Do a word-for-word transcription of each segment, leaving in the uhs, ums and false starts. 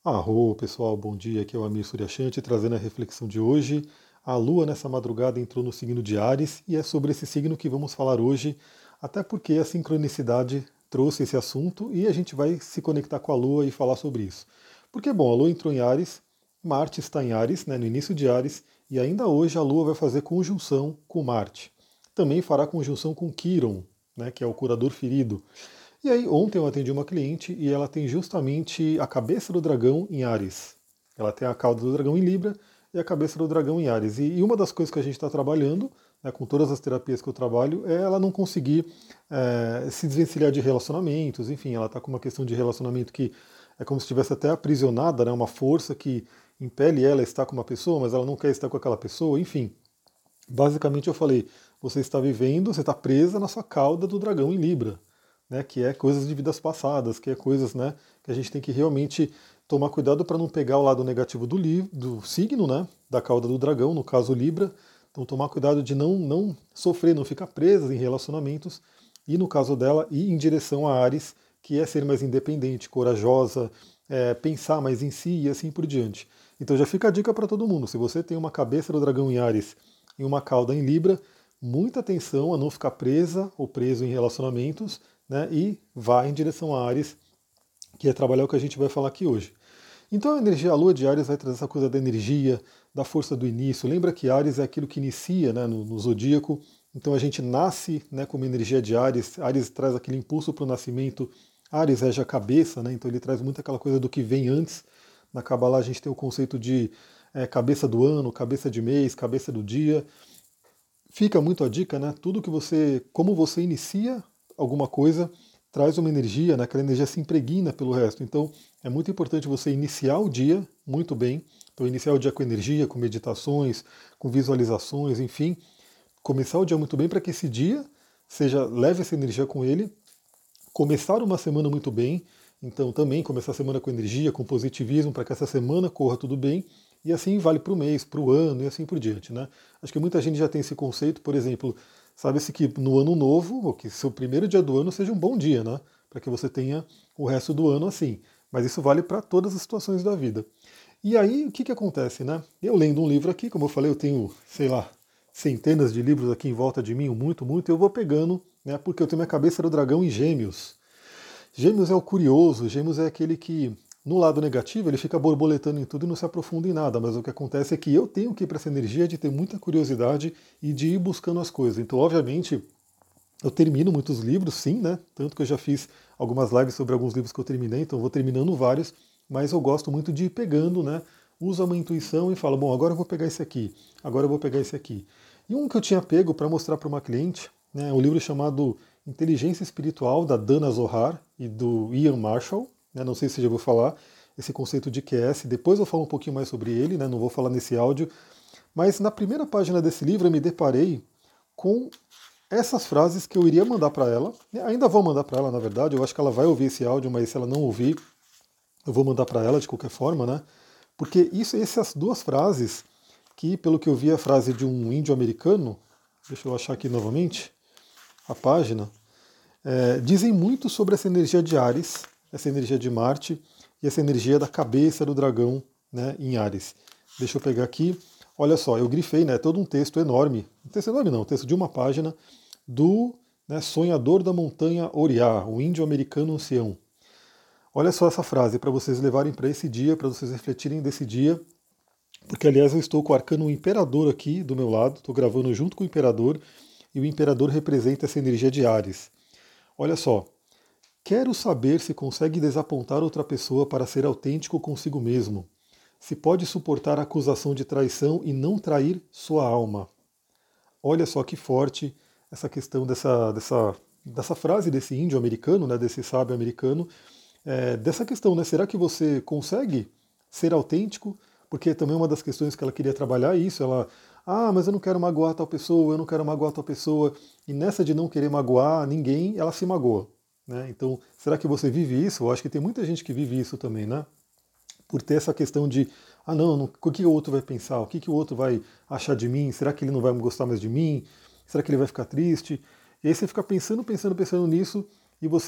Arro, pessoal, bom dia. Aqui é o Amir Suryashanti trazendo a reflexão de hoje. A Lua nessa madrugada entrou no signo de Áries e é sobre esse signo que vamos falar hoje, até porque a sincronicidade trouxe esse assunto e a gente vai se conectar com a Lua e falar sobre isso. Porque, bom, a Lua entrou em Áries, Marte está em Áries, né, no início de Áries, e ainda hoje a Lua vai fazer conjunção com Marte. Também fará conjunção com Quiron, né, que é o curador ferido. E aí, ontem eu atendi uma cliente e ela tem justamente a cabeça do dragão em Áries. Ela tem a cauda do dragão em Libra e a cabeça do dragão em Áries. E, e uma das coisas que a gente está trabalhando, né, com todas as terapias que eu trabalho, é ela não conseguir é, se desvencilhar de relacionamentos. Enfim, ela está com uma questão de relacionamento que é como se estivesse até aprisionada, né, uma força que impele ela a estar com uma pessoa, mas ela não quer estar com aquela pessoa. Enfim, basicamente eu falei, você está vivendo, você está presa na sua cauda do dragão em Libra, né, que é coisas de vidas passadas, que é coisas, né, que a gente tem que realmente tomar cuidado para não pegar o lado negativo do, li, do signo, né, da cauda do dragão, no caso Libra. Então tomar cuidado de não, não sofrer, não ficar presa em relacionamentos, e no caso dela, ir em direção a Áries, que é ser mais independente, corajosa, é, pensar mais em si e assim por diante. Então já fica a dica para todo mundo, se você tem uma cabeça do dragão em Áries e uma cauda em Libra, muita atenção a não ficar presa ou preso em relacionamentos, né, e vá em direção a Áries, que é trabalhar o que a gente vai falar aqui hoje. Então a energia, a lua de Áries vai trazer essa coisa da energia, da força do início. Lembra que Áries é aquilo que inicia, né, no, no zodíaco. Então a gente nasce, né, com uma energia de Áries. Áries traz aquele impulso para o nascimento. Áries rege a cabeça, né, então ele traz muito aquela coisa do que vem antes. Na Kabbalah a gente tem o conceito de é, cabeça do ano, cabeça de mês, cabeça do dia. Fica muito a dica, né? Tudo que você, como você inicia alguma coisa, traz uma energia, né? Aquela energia se impregna pelo resto. Então, é muito importante você iniciar o dia muito bem. Então, iniciar o dia com energia, com meditações, com visualizações, enfim, começar o dia muito bem para que esse dia seja leve essa energia com ele, começar uma semana muito bem, então também começar a semana com energia, com positivismo, para que essa semana corra tudo bem, e assim vale para o mês, para o ano e assim por diante, né? Acho que muita gente já tem esse conceito, por exemplo, sabe-se que no ano novo, ou que seu primeiro dia do ano seja um bom dia, né? Para que você tenha o resto do ano assim. Mas isso vale para todas as situações da vida. E aí, o que, que acontece, né? Eu lendo um livro aqui, como eu falei, eu tenho, sei lá, centenas de livros aqui em volta de mim, muito, muito, e eu vou pegando, né? Porque eu tenho minha cabeça do dragão em Gêmeos. Gêmeos é o curioso, Gêmeos é aquele que, no lado negativo, ele fica borboletando em tudo e não se aprofunda em nada, mas o que acontece é que eu tenho que ir para essa energia de ter muita curiosidade e de ir buscando as coisas. Então, obviamente, eu termino muitos livros, sim, né? Tanto que eu já fiz algumas lives sobre alguns livros que eu terminei, então eu vou terminando vários, mas eu gosto muito de ir pegando, né? Uso uma intuição e falo, bom, agora eu vou pegar esse aqui, agora eu vou pegar esse aqui. E um que eu tinha pego para mostrar para uma cliente, né, um livro chamado Inteligência Espiritual, da Dana Zohar e do Ian Marshall, né, não sei se você já ouviu falar, esse conceito de Q S, depois eu falo um pouquinho mais sobre ele, né, não vou falar nesse áudio, mas na primeira página desse livro eu me deparei com essas frases que eu iria mandar para ela. Ainda vou mandar para ela, na verdade. Eu acho que ela vai ouvir esse áudio, mas se ela não ouvir, eu vou mandar para ela de qualquer forma, né? Porque isso, essas duas frases, que pelo que eu vi é a frase de um índio americano, deixa eu achar aqui novamente a página, é, dizem muito sobre essa energia de Ares, essa energia de Marte e essa energia da cabeça do dragão, né, em Ares. Deixa eu pegar aqui. Olha só, eu grifei, né, todo um texto enorme, um texto enorme não, um texto de uma página, do, né, sonhador da montanha Oriá, o índio americano ancião. Olha só essa frase para vocês levarem para esse dia, para vocês refletirem desse dia, porque aliás eu estou com o arcano imperador aqui do meu lado, estou gravando junto com o imperador, e o imperador representa essa energia de Ares. Olha só, quero saber se consegue desapontar outra pessoa para ser autêntico consigo mesmo. Se pode suportar a acusação de traição e não trair sua alma. Olha só que forte essa questão dessa, dessa, dessa frase desse índio americano, né, desse sábio americano, é, dessa questão, né? Será que você consegue ser autêntico? Porque também uma das questões que ela queria trabalhar é isso, ela, ah, mas eu não quero magoar tal pessoa, eu não quero magoar tal pessoa, e nessa de não querer magoar ninguém, ela se magoa. Né? Então, será que você vive isso? Eu acho que tem muita gente que vive isso também, né? Por ter essa questão de, ah não, não o que o outro vai pensar? O que, que o outro vai achar de mim? Será que ele não vai gostar mais de mim? Será que ele vai ficar triste? E aí você fica pensando, pensando, pensando nisso, e você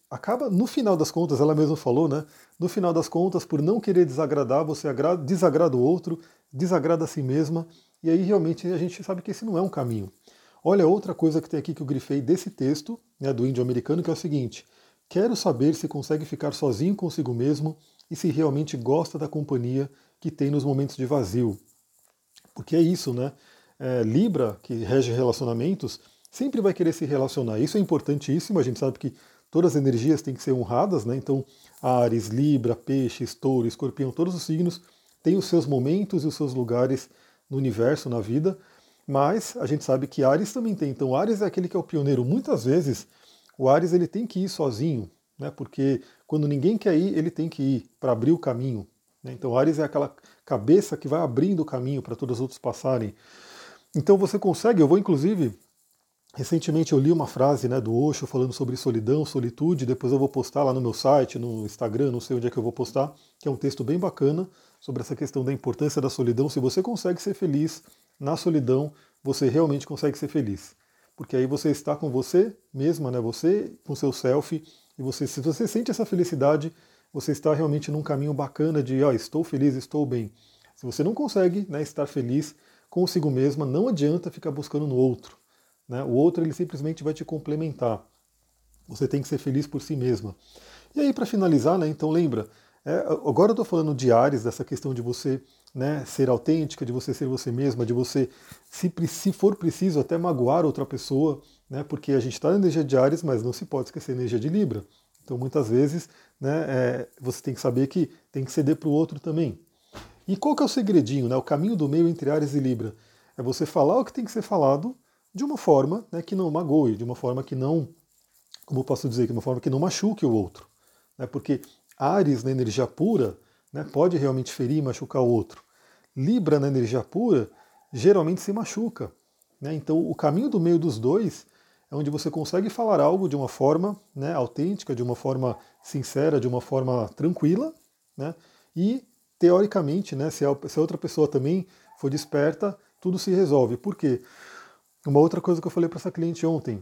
acaba, no final das contas, ela mesma falou, né? No final das contas, por não querer desagradar, você agrada, desagrada o outro, desagrada a si mesma, e aí realmente a gente sabe que esse não é um caminho. Olha, outra coisa que tem aqui que eu grifei desse texto, né, do índio americano, que é o seguinte: quero saber se consegue ficar sozinho consigo mesmo e se realmente gosta da companhia que tem nos momentos de vazio. Porque é isso, né? É, Libra, que rege relacionamentos, sempre vai querer se relacionar. Isso é importantíssimo, a gente sabe que todas as energias têm que ser honradas, né? Então, Áries, Libra, Peixes, Touro, Escorpião, todos os signos têm os seus momentos e os seus lugares no universo, na vida, mas a gente sabe que Áries também tem. Então, Áries é aquele que é o pioneiro. Muitas vezes, o Áries ele tem que ir sozinho, né? Porque quando ninguém quer ir, ele tem que ir para abrir o caminho. Né? Então, Áries é aquela cabeça que vai abrindo o caminho para todos os outros passarem. Então, você consegue, eu vou inclusive. Recentemente eu li uma frase, né, do Osho falando sobre solidão, solitude, depois eu vou postar lá no meu site, no Instagram, não sei onde é que eu vou postar, que é um texto bem bacana sobre essa questão da importância da solidão. Se você consegue ser feliz na solidão, você realmente consegue ser feliz. Porque aí você está com você mesma, né, você com seu self, e você, se você sente essa felicidade, você está realmente num caminho bacana de, ó, estou feliz, estou bem. Se você não consegue, né, estar feliz consigo mesma, não adianta ficar buscando no outro. Né? O outro ele simplesmente vai te complementar. Você tem que ser feliz por si mesma. E aí, para finalizar, né, então lembra, é, agora eu estou falando de Áries, dessa questão de você, né, ser autêntica, de você ser você mesma, de você, se, se for preciso, até magoar outra pessoa, né, porque a gente está na energia de Áries, mas não se pode esquecer a energia de Libra. Então, muitas vezes, né, é, você tem que saber que tem que ceder para o outro também. E qual que é o segredinho, né, o caminho do meio entre Áries e Libra? É você falar o que tem que ser falado de uma forma, né, que não magoe, de uma forma que não, como eu posso dizer, de uma forma que não machuque o outro. Né, porque Áries, na energia pura, né, pode realmente ferir e machucar o outro. Libra, na energia pura, geralmente se machuca. Né? Então, o caminho do meio dos dois é onde você consegue falar algo de uma forma, né, autêntica, de uma forma sincera, de uma forma tranquila, né? E, teoricamente, né, se, a, se a outra pessoa também for desperta, tudo se resolve. Por quê? Uma outra coisa que eu falei para essa cliente ontem: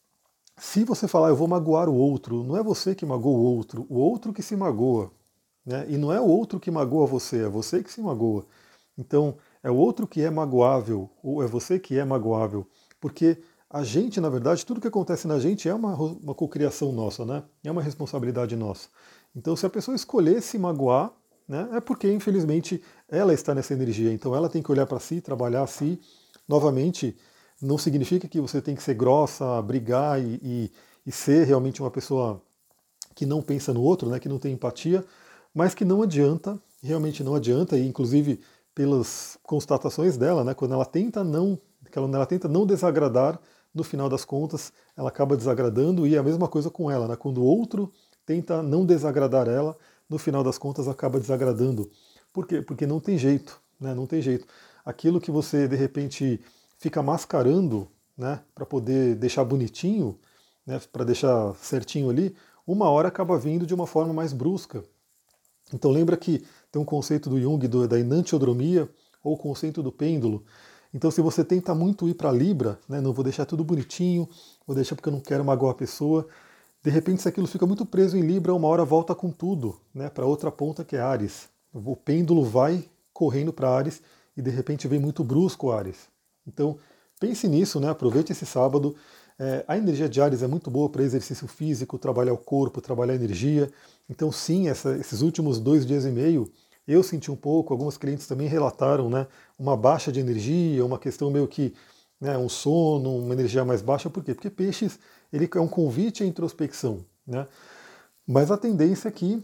se você falar eu vou magoar o outro, não é você que magoa o outro, o outro que se magoa. Né? E não é o outro que magoa você, é você que se magoa. Então, é o outro que é magoável, ou é você que é magoável. Porque a gente, na verdade, tudo que acontece na gente é uma, uma cocriação nossa, né? É uma responsabilidade nossa. Então, se a pessoa escolher se magoar, né, é porque, infelizmente, ela está nessa energia. Então, ela tem que olhar para si, trabalhar a si. Novamente, não significa que você tem que ser grossa, brigar e, e, e ser realmente uma pessoa que não pensa no outro, né, que não tem empatia, mas que não adianta, realmente não adianta, e inclusive pelas constatações dela, né, quando ela tenta não, quando ela tenta não desagradar, no final das contas, ela acaba desagradando, e é a mesma coisa com ela, né, quando o outro tenta não desagradar ela, no final das contas acaba desagradando. Por quê? Porque não tem jeito, né, não tem jeito. Aquilo que você, de repente, fica mascarando, né, para poder deixar bonitinho, né, para deixar certinho ali, uma hora acaba vindo de uma forma mais brusca. Então lembra que tem um conceito do Jung do, da enantiodromia, ou o conceito do pêndulo. Então se você tenta muito ir para Libra, né, não vou deixar tudo bonitinho, vou deixar porque eu não quero magoar a pessoa, de repente se aquilo fica muito preso em Libra, uma hora volta com tudo, né, para outra ponta que é Áries. O pêndulo vai correndo para Áries e de repente vem muito brusco Áries. Então pense nisso, né, aproveite esse sábado. É, a energia de Áries é muito boa para exercício físico, trabalhar o corpo, trabalhar a energia. Então, sim, essa, esses últimos dois dias e meio eu senti um pouco, alguns clientes também relataram, né, uma baixa de energia, uma questão meio que, né, um sono, uma energia mais baixa. Por quê? Porque peixes ele é um convite à introspecção. Né? Mas a tendência é que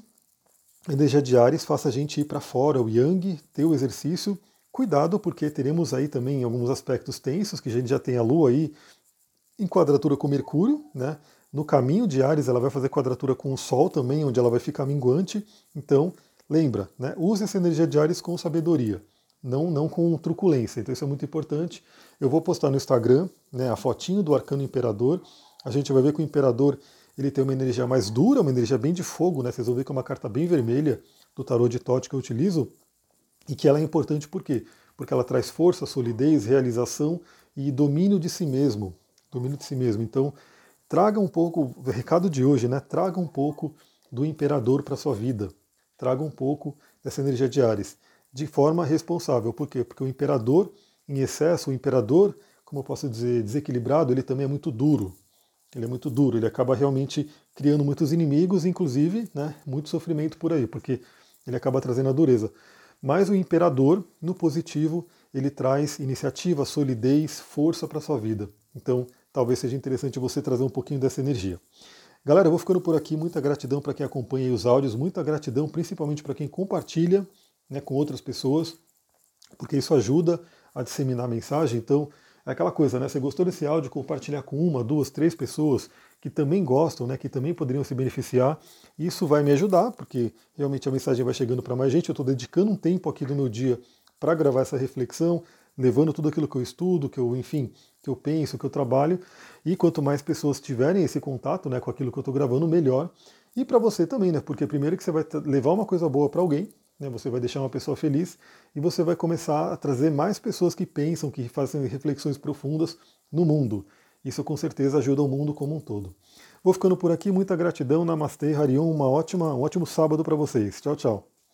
a energia de Áries faça a gente ir para fora, o Yang, ter o exercício. Cuidado, porque teremos aí também alguns aspectos tensos, que a gente já tem a Lua aí em quadratura com Mercúrio, né? No caminho de Áries ela vai fazer quadratura com o Sol também, onde ela vai ficar minguante. Então, lembra, né? Use essa energia de Áries com sabedoria, não, não com truculência. Então isso é muito importante. Eu vou postar no Instagram, né, a fotinho do Arcano Imperador. A gente vai ver que o Imperador ele tem uma energia mais dura, uma energia bem de fogo, né? Vocês vão ver que é uma carta bem vermelha do tarô de Thoth que eu utilizo, e que ela é importante por quê? Porque ela traz força, solidez, realização e domínio de si mesmo. Domínio de si mesmo. Então, traga um pouco, o recado de hoje, né? Traga um pouco do imperador para sua vida. Traga um pouco dessa energia de Áries, de forma responsável. Por quê? Porque o imperador em excesso, o imperador, como eu posso dizer, desequilibrado, ele também é muito duro. Ele é muito duro, ele acaba realmente criando muitos inimigos, inclusive, né, muito sofrimento por aí, porque ele acaba trazendo a dureza. Mas o imperador, no positivo, ele traz iniciativa, solidez, força para a sua vida. Então, talvez seja interessante você trazer um pouquinho dessa energia. Galera, eu vou ficando por aqui. Muita gratidão para quem acompanha aí os áudios, muita gratidão principalmente para quem compartilha, né, com outras pessoas, porque isso ajuda a disseminar a mensagem. Então, é aquela coisa, né? Você gostou desse áudio, compartilhar com uma, duas, três pessoas que também gostam, né? Que também poderiam se beneficiar. Isso vai me ajudar, porque realmente a mensagem vai chegando para mais gente. Eu estou dedicando um tempo aqui do meu dia para gravar essa reflexão, levando tudo aquilo que eu estudo, que eu, enfim, que eu penso, que eu trabalho. E quanto mais pessoas tiverem esse contato, né, com aquilo que eu estou gravando, melhor. E para você também, né? Porque primeiro que você vai levar uma coisa boa para alguém, né, você vai deixar uma pessoa feliz e você vai começar a trazer mais pessoas que pensam, que fazem reflexões profundas no mundo. Isso com certeza ajuda o mundo como um todo. Vou ficando por aqui, muita gratidão, Namastê, Harion, uma ótima, um ótimo sábado para vocês. Tchau, tchau.